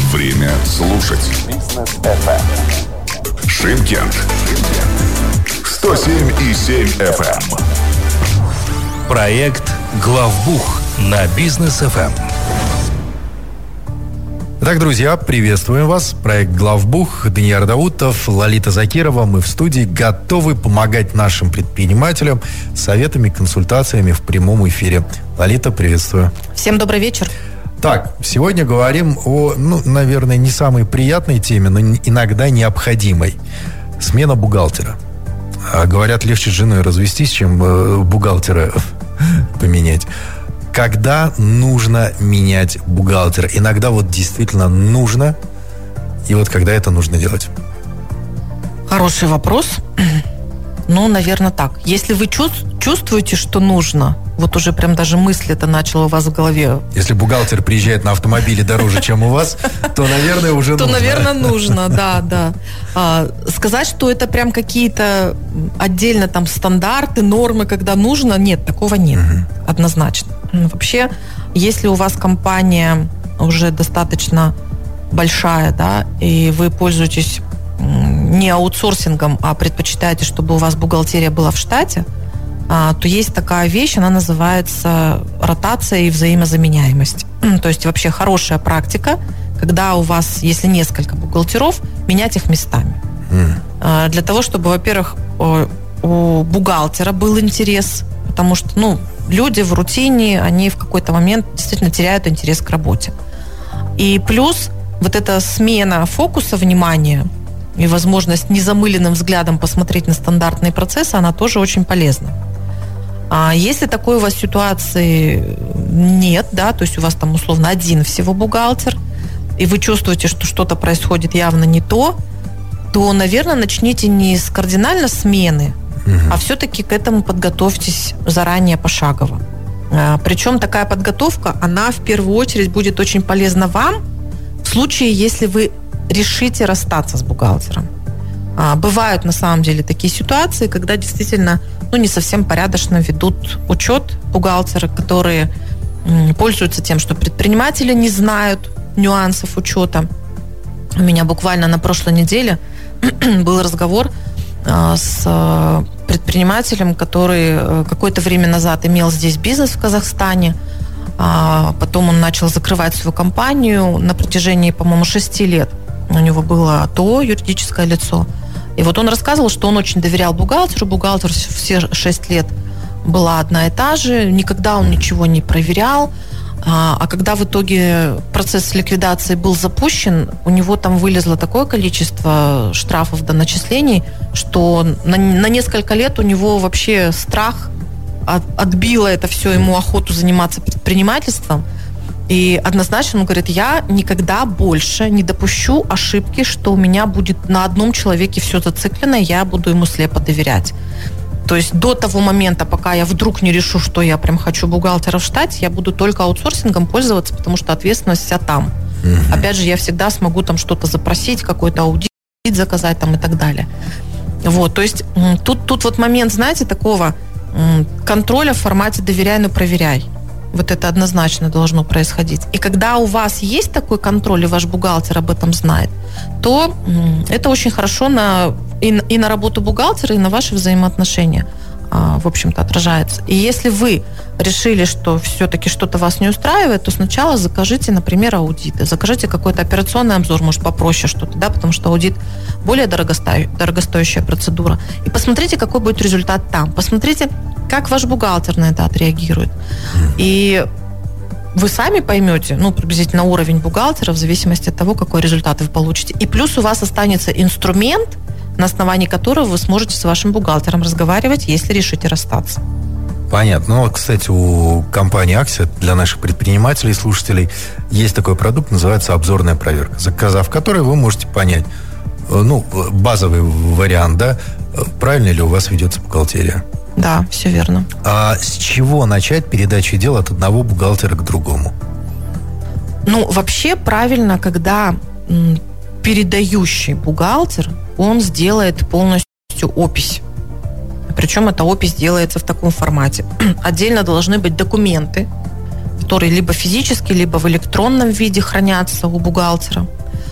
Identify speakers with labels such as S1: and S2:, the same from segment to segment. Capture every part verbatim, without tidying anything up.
S1: Время слушать. Бизнес эф эм. Шымкент. сто семь и семь эф эм.
S2: Проект «Главбух» на Бизнес эф эм.
S3: Итак, друзья, приветствуем вас. Проект «Главбух», Данияр Даутов, Лолита Закирова. Мы в студии готовы помогать нашим предпринимателям советами, консультациями в прямом эфире. Лолита, приветствую.
S4: Всем добрый вечер.
S3: Так, сегодня говорим о, ну, наверное, не самой приятной теме, но иногда необходимой. Смена бухгалтера. А говорят, легче с женой развестись, чем э, бухгалтера поменять. Когда нужно менять бухгалтера? Иногда вот действительно нужно. И вот когда это нужно делать?
S4: Хороший вопрос. Ну, наверное, так. Если вы чувствуете, что нужно, вот уже прям даже мысль это начала у вас в голове.
S3: Если бухгалтер приезжает на автомобиле дороже, чем у вас, то, наверное, уже нужно.
S4: То, наверное, нужно, да, да. А, сказать, что это прям какие-то отдельно там стандарты, нормы, когда нужно, нет, такого нет, угу. Однозначно. Вообще, если у вас компания уже достаточно большая, да, и вы пользуетесь не аутсорсингом, а предпочитаете, чтобы у вас бухгалтерия была в штате, то есть такая вещь, она называется ротация и взаимозаменяемость. То есть вообще хорошая практика, когда у вас, если несколько бухгалтеров, менять их местами. Mm. Для того, чтобы, во-первых, у бухгалтера был интерес, потому что, ну, люди в рутине, они в какой-то момент действительно теряют интерес к работе. И плюс вот эта смена фокуса внимания и возможность незамыленным взглядом посмотреть на стандартные процессы, она тоже очень полезна. А если такой у вас ситуации нет, да, то есть у вас там условно один всего бухгалтер, и вы чувствуете, что что-то происходит явно не то, то, наверное, начните не с кардинально смены, угу. а все-таки к этому подготовьтесь заранее пошагово. А, причем такая подготовка, она в первую очередь будет очень полезна вам в случае, если вы решите расстаться с бухгалтером. А, бывают на самом деле такие ситуации, когда действительно ну, не совсем порядочно ведут учет бухгалтеры, которые м, пользуются тем, что предприниматели не знают нюансов учета. У меня буквально на прошлой неделе был разговор а, с а, предпринимателем, который а, какое-то время назад имел здесь бизнес в Казахстане. А, потом он начал закрывать свою компанию на протяжении, по-моему, шести лет. У него было ТО, юридическое лицо. И вот он рассказывал, что он очень доверял бухгалтеру. Бухгалтер все шесть лет была одна и та же. Никогда он ничего не проверял. А, а когда в итоге процесс ликвидации был запущен, у него там вылезло такое количество штрафов до начислений, что на, на несколько лет у него вообще страх от, отбило это все ему охоту заниматься предпринимательством. И однозначно он говорит, я никогда больше не допущу ошибки, что у меня будет на одном человеке все зациклено, и я буду ему слепо доверять. То есть до того момента, пока я вдруг не решу, что я прям хочу бухгалтера в штате, я буду только аутсорсингом пользоваться, потому что ответственность вся там. Mm-hmm. Опять же, я всегда смогу там что-то запросить, какой-то аудит заказать там и так далее. Вот, то есть тут, тут вот момент, знаете, такого контроля в формате «доверяй, но проверяй». Вот это однозначно должно происходить. И когда у вас есть такой контроль, и ваш бухгалтер об этом знает, то это очень хорошо на, и, и на работу бухгалтера, и на ваши взаимоотношения, в общем-то, отражается. И если вы решили, что все-таки что-то вас не устраивает, то сначала закажите, например, аудиты. Закажите какой-то операционный обзор, может, попроще что-то, да, потому что аудит более дорогосто... дорогостоящая процедура. И посмотрите, какой будет результат там. Посмотрите, как ваш бухгалтер на это отреагирует. И вы сами поймете, ну, приблизительно уровень бухгалтера в зависимости от того, какой результат вы получите. И плюс у вас останется инструмент, на основании которого вы сможете с вашим бухгалтером разговаривать, если решите расстаться.
S3: Понятно. Ну, кстати, у компании «Аксия» для наших предпринимателей и слушателей есть такой продукт, называется обзорная проверка, заказав который вы можете понять, ну, базовый вариант, да, правильно ли у вас ведется бухгалтерия.
S4: Да, все верно.
S3: А с чего начать передачу дел от одного бухгалтера к другому?
S4: Ну, вообще правильно, когда м, передающий бухгалтер, он сделает полностью опись. Причем эта опись делается в таком формате. Отдельно должны быть документы, которые либо физически, либо в электронном виде хранятся у бухгалтера.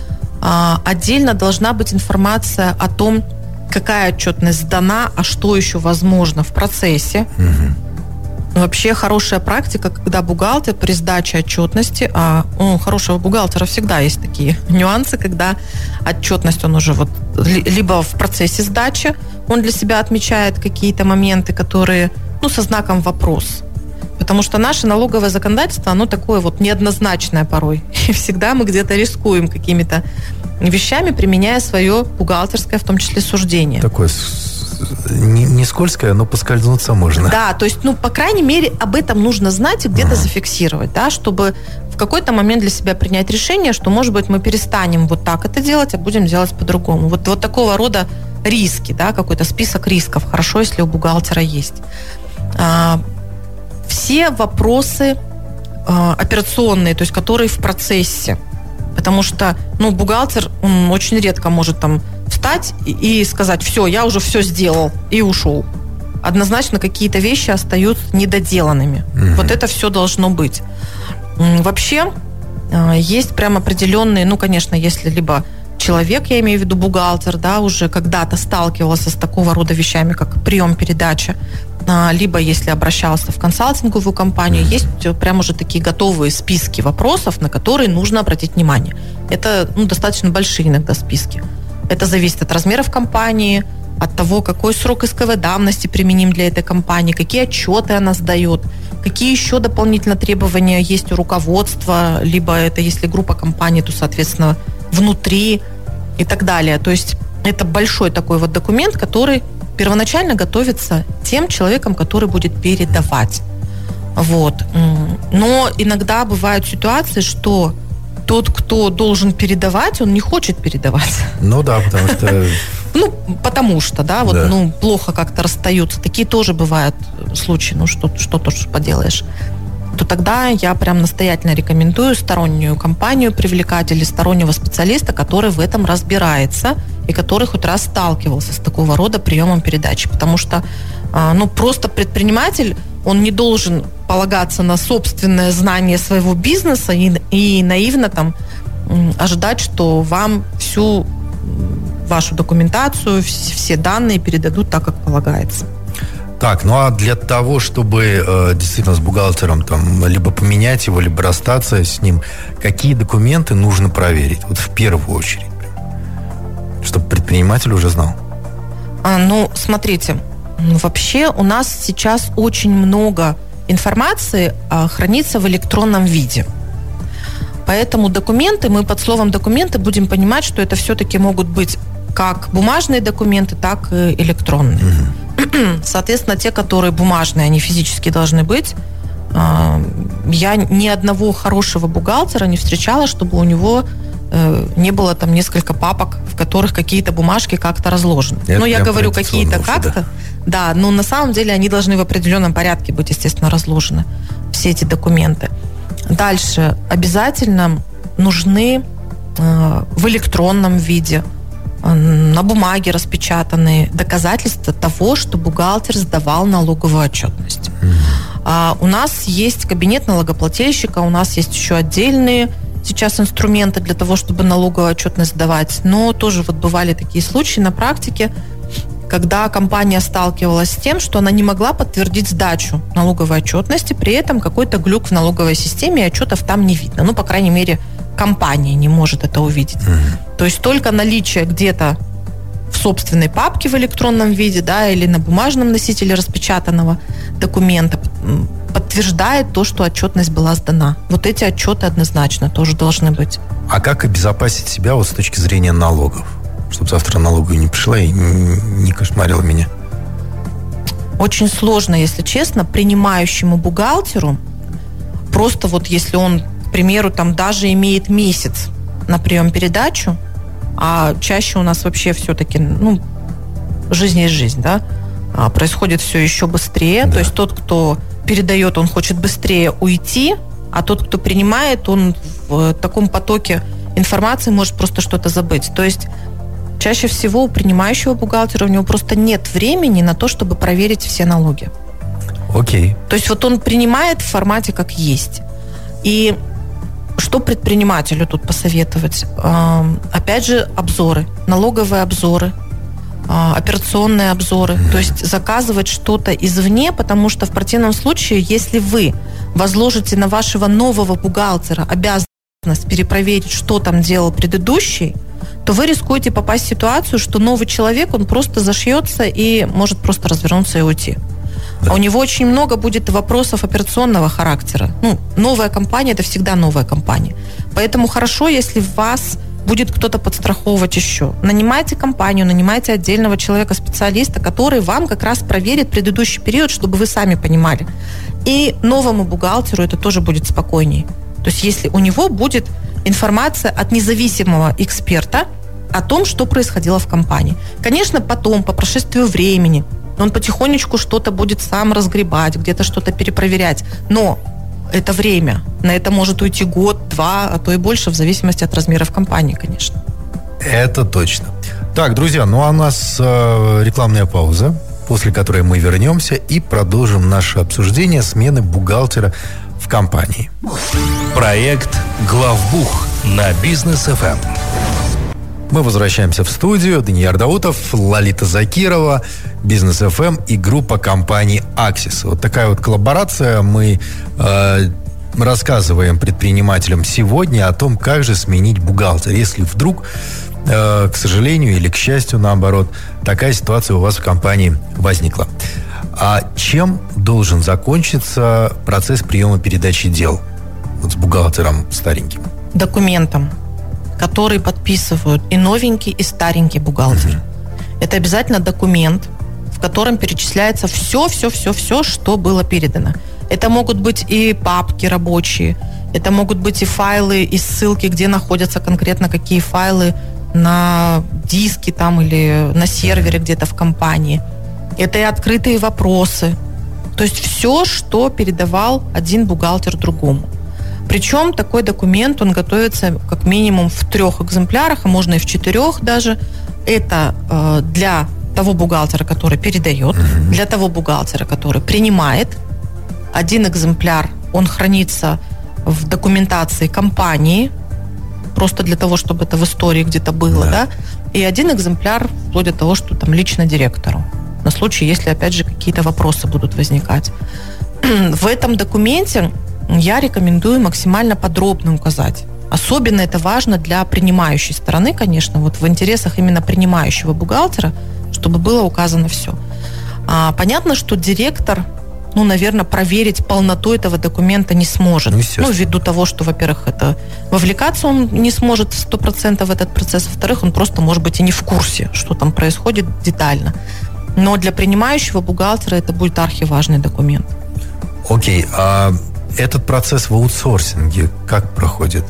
S4: Отдельно должна быть информация о том, какая отчетность сдана, а что еще возможно в процессе. Угу. Вообще хорошая практика, когда бухгалтер при сдаче отчетности, а у хорошего бухгалтера всегда есть такие нюансы, когда отчетность он уже вот либо в процессе сдачи, он для себя отмечает какие-то моменты, которые, ну, со знаком вопрос. Потому что наше налоговое законодательство, оно такое вот неоднозначное порой. И всегда мы где-то рискуем какими-то вещами, применяя свое бухгалтерское, в том числе, суждение.
S3: Такое не, не скользкое, но поскользнуться можно.
S4: Да, то есть, ну, по крайней мере, об этом нужно знать и где-то uh-huh. зафиксировать, да, чтобы в какой-то момент для себя принять решение, что, может быть, мы перестанем вот так это делать, а будем делать по-другому. Вот, вот такого рода риски, да, какой-то список рисков. Хорошо, если у бухгалтера есть. А, все вопросы а, операционные, то есть, которые в процессе. Потому что, ну, бухгалтер, он очень редко может там встать и, и сказать: все, я уже все сделал и ушел. Однозначно какие-то вещи остаются недоделанными. Mm-hmm. Вот это все должно быть. Вообще, есть прям определенные, ну, конечно, если либо человек, я имею в виду бухгалтер, да, уже когда-то сталкивался с такого рода вещами, как прием-передача, либо если обращался в консалтинговую компанию, есть прям уже такие готовые списки вопросов, на которые нужно обратить внимание. Это, ну, достаточно большие иногда списки. Это зависит от размеров компании, от того, какой срок исковой давности применим для этой компании, какие отчеты она сдает, какие еще дополнительно требования есть у руководства, либо это если группа компаний, то, соответственно, внутри и так далее. То есть это большой такой вот документ, который первоначально готовится тем человеком, который будет передавать. Вот. Но иногда бывают ситуации, что тот, кто должен передавать, он не хочет передавать. Ну да, потому что... Ну, потому что, да, вот, да. ну, плохо как-то расстаются. Такие тоже бывают случаи, ну, что, что тоже поделаешь. То тогда я прям настоятельно рекомендую стороннюю компанию привлекать или стороннего специалиста, который в этом разбирается и который хоть раз сталкивался с такого рода приемом передачи. Потому что, ну, просто предприниматель, он не должен полагаться на собственное знание своего бизнеса и, и наивно там ожидать, что вам всю вашу документацию, все данные передадут так, как полагается.
S3: Так, ну а для того, чтобы э, действительно с бухгалтером там либо поменять его, либо расстаться с ним, какие документы нужно проверить? Вот в первую очередь. Чтобы предприниматель уже знал.
S4: А, ну, смотрите, вообще у нас сейчас очень много информации а, хранится в электронном виде. Поэтому документы, мы под словом документы будем понимать, что это все-таки могут быть как бумажные документы, так и электронные. Mm-hmm. Соответственно, те, которые бумажные, они физически должны быть. Я ни одного хорошего бухгалтера не встречала, чтобы у него не было там несколько папок, в которых какие-то бумажки как-то разложены. Это ну, я говорю, какие-то как-то. Да. да, но на самом деле они должны в определенном порядке быть, естественно, разложены, все эти документы. Дальше обязательно нужны э, в электронном виде, э, на бумаге распечатанные доказательства того, что бухгалтер сдавал налоговую отчетность. Mm-hmm. А, у нас есть кабинет налогоплательщика, у нас есть еще отдельные сейчас инструменты для того, чтобы налоговую отчетность сдавать. Но тоже вот бывали такие случаи на практике, когда компания сталкивалась с тем, что она не могла подтвердить сдачу налоговой отчетности, при этом какой-то глюк в налоговой системе, и отчетов там не видно. Ну, по крайней мере, компания не может это увидеть. Mm-hmm. То есть только наличие где-то в собственной папке в электронном виде, да, или на бумажном носителе распечатанного документа подтверждает то, что отчетность была сдана. Вот эти отчеты однозначно тоже должны быть.
S3: А как обезопасить себя вот с точки зрения налогов? Чтобы завтра налоговая не пришла и не кошмарила меня.
S4: Очень сложно, если честно, принимающему бухгалтеру, просто вот если он, к примеру, там даже имеет месяц на прием-передачу, а чаще у нас вообще все-таки, ну, жизнь есть жизнь, да, а происходит все еще быстрее, да. То есть тот, кто передает, он хочет быстрее уйти, а тот, кто принимает, он в таком потоке информации может просто что-то забыть. То есть чаще всего у принимающего бухгалтера у него просто нет времени на то, чтобы проверить все налоги.
S3: Окей.
S4: То есть вот он принимает в формате как есть. И что предпринимателю тут посоветовать? Опять же, обзоры, налоговые обзоры, операционные обзоры. То есть заказывать что-то извне, потому что в противном случае, если вы возложите на вашего нового бухгалтера обязанность перепроверить, что там делал предыдущий, то вы рискуете попасть в ситуацию, что новый человек, он просто зашьется и может просто развернуться и уйти. Да. А у него очень много будет вопросов операционного характера. Ну, новая компания – это всегда новая компания. Поэтому хорошо, если вас будет кто-то подстраховывать еще. Нанимайте компанию, нанимайте отдельного человека-специалиста, который вам как раз проверит предыдущий период, чтобы вы сами понимали. И новому бухгалтеру это тоже будет спокойней. То есть если у него будет информация от независимого эксперта о том, что происходило в компании. Конечно, потом, по прошествию времени, он потихонечку что-то будет сам разгребать, где-то что-то перепроверять. Но это время. На это может уйти год, два, а то и больше, в зависимости от размеров компании, конечно.
S3: Это точно. Так, друзья, ну а у нас э, рекламная пауза, после которой мы вернемся и продолжим наше обсуждение смены бухгалтера в компании.
S2: Проект «Главбух» на Бизнес эф эм.
S3: Мы возвращаемся в студию. Даниил Даутов, Лолита Закирова, Бизнес эф эм и группа компаний Аксис. Вот такая вот коллаборация. Мы э, рассказываем предпринимателям сегодня о том, как же сменить бухгалтера. Если вдруг, э, к сожалению или к счастью, наоборот, такая ситуация у вас в компании возникла. А чем должен закончиться процесс приема передачи дел вот с бухгалтером стареньким?
S4: Документом, который подписывают и новенький, и старенький бухгалтер. Mm-hmm. Это обязательно документ, в котором перечисляется все, все, все, все, что было передано. Это могут быть и папки рабочие, это могут быть и файлы, и ссылки, где находятся конкретно какие файлы на диске там или на сервере где-то в компании. Это и открытые вопросы. То есть все, что передавал один бухгалтер другому. Причем такой документ, он готовится как минимум в трех экземплярах, а можно и в четырех даже. Это э, для того бухгалтера, который передает, mm-hmm. для того бухгалтера, который принимает. Один экземпляр, он хранится в документации компании, просто для того, чтобы это в истории где-то было, yeah. да. И один экземпляр вплоть до того, что там лично директору. На случай, если, опять же, какие-то вопросы будут возникать. В этом документе я рекомендую максимально подробно указать. Особенно это важно для принимающей стороны, конечно, вот в интересах именно принимающего бухгалтера, чтобы было указано все. А, понятно, что директор, ну, наверное, проверить полноту этого документа не сможет. Ну, ну, ввиду того, что, во-первых, это вовлекаться он не сможет сто процентов в этот процесс, во-вторых, он просто, может быть, и не в курсе, что там происходит детально. Но для принимающего бухгалтера это будет архиважный документ.
S3: Окей, а этот процесс в аутсорсинге как проходит?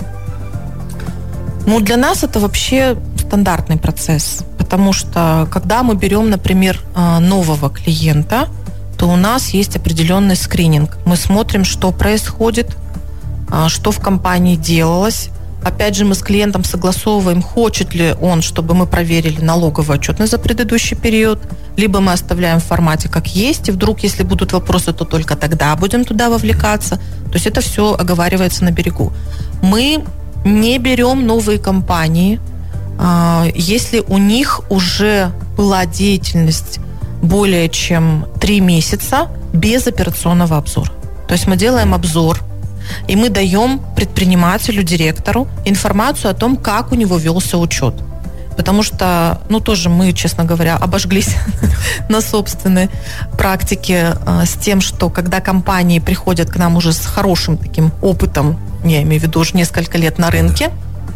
S4: Ну, для нас это вообще стандартный процесс, потому что, когда мы берем, например, нового клиента, то у нас есть определенный скрининг. Мы смотрим, что происходит, что в компании делалось. Опять же, мы с клиентом согласовываем, хочет ли он, чтобы мы проверили налоговую отчетность за предыдущий период, либо мы оставляем в формате как есть, и вдруг, если будут вопросы, то только тогда будем туда вовлекаться. То есть это все оговаривается на берегу. Мы не берем новые компании, если у них уже была деятельность более чем три месяца без операционного обзора. То есть мы делаем обзор, и мы даем предпринимателю, директору информацию о том, как у него велся учет. Потому что, ну, тоже мы, честно говоря, обожглись на собственной практике с тем, что когда компании приходят к нам уже с хорошим таким опытом, я имею в виду уже несколько лет на рынке,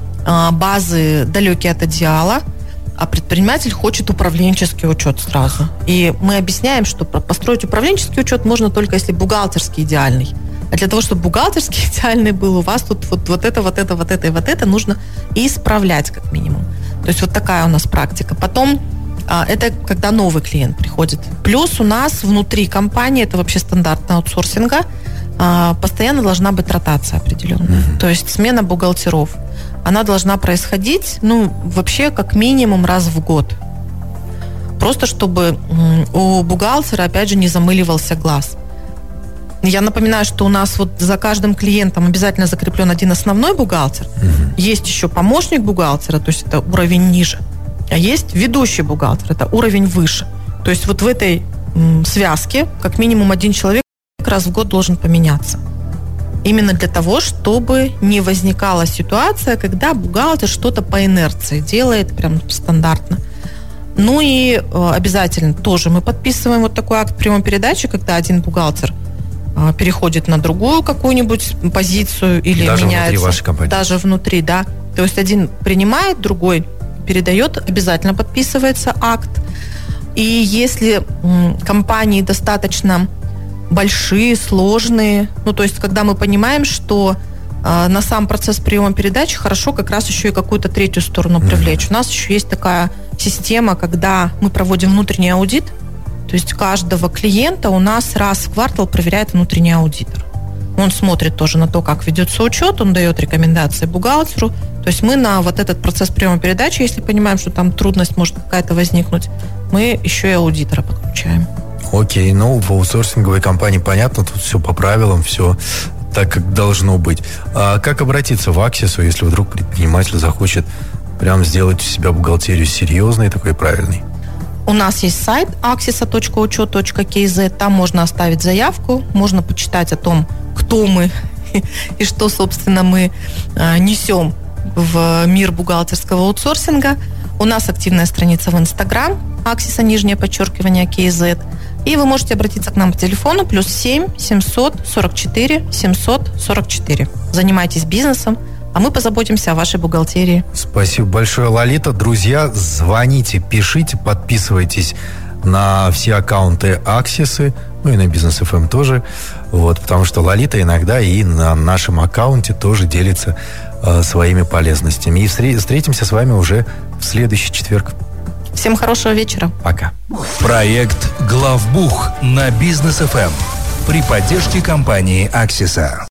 S4: базы далекие от идеала, а предприниматель хочет управленческий учет сразу. И мы объясняем, что построить управленческий учет можно только если бухгалтерский идеальный. А для того, чтобы бухгалтерский идеальный был, у вас тут вот, вот это, вот это, вот это и вот это нужно исправлять как минимум. То есть вот такая у нас практика. Потом а, это когда новый клиент приходит. Плюс у нас внутри компании, это вообще стандарт аутсорсинга, а, постоянно должна быть ротация определенная. Mm-hmm. То есть смена бухгалтеров. Она должна происходить, ну, вообще как минимум раз в год. Просто чтобы у бухгалтера, опять же, не замыливался глаз. Я напоминаю, что у нас вот за каждым клиентом обязательно закреплен один основной бухгалтер. Угу. Есть еще помощник бухгалтера, то есть это уровень ниже. А есть ведущий бухгалтер, это уровень выше. То есть вот в этой м, связке как минимум один человек раз в год должен поменяться. Именно для того, чтобы не возникала ситуация, когда бухгалтер что-то по инерции делает прям стандартно. Ну и э, обязательно тоже мы подписываем вот такой акт прямой передачи, когда один бухгалтер э, переходит на другую какую-нибудь позицию или даже меняется. Внутри вашей компании. Даже внутри, да. То есть один принимает, другой передает, обязательно подписывается акт. И если м, компании достаточно большие, сложные, ну то есть когда мы понимаем, что э, на сам процесс приема передачи хорошо как раз еще и какую-то третью сторону привлечь. Mm-hmm. У нас еще есть такая система, когда мы проводим внутренний аудит, то есть каждого клиента у нас раз в квартал проверяет внутренний аудитор. Он смотрит тоже на то, как ведется учет, он дает рекомендации бухгалтеру. То есть мы на вот этот процесс приема передачи, если понимаем, что там трудность может какая-то возникнуть, мы еще и аудитора подключаем.
S3: Окей, ну в аутсорсинговой компании понятно, тут все по правилам, все так, как должно быть. А как обратиться в Аксису, если вдруг предприниматель захочет прям сделать у себя бухгалтерию серьезной, такой правильной?
S4: У нас есть сайт аксиса точка учет точка кей зет, там можно оставить заявку, можно почитать о том, кто мы и что, собственно, мы несем в мир бухгалтерского аутсорсинга. У нас активная страница в Инстаграм, Аксиса, нижнее подчеркивание, кей зет. И вы можете обратиться к нам по телефону плюс семь семьсот сорок четыре семьсот сорок четыре. Занимайтесь бизнесом, а мы позаботимся о вашей бухгалтерии.
S3: Спасибо большое, Лолита. Друзья, звоните, пишите, подписывайтесь на все аккаунты Аксисы, ну и на Бизнес эф эм тоже. Вот, потому что Лолита иногда и на нашем аккаунте тоже делится э, своими полезностями. И встретимся с вами уже в следующий четверг.
S4: Всем хорошего вечера.
S3: Пока.
S2: Проект «Главбух» на Бизнес эф эм при поддержке компании «Аксиса».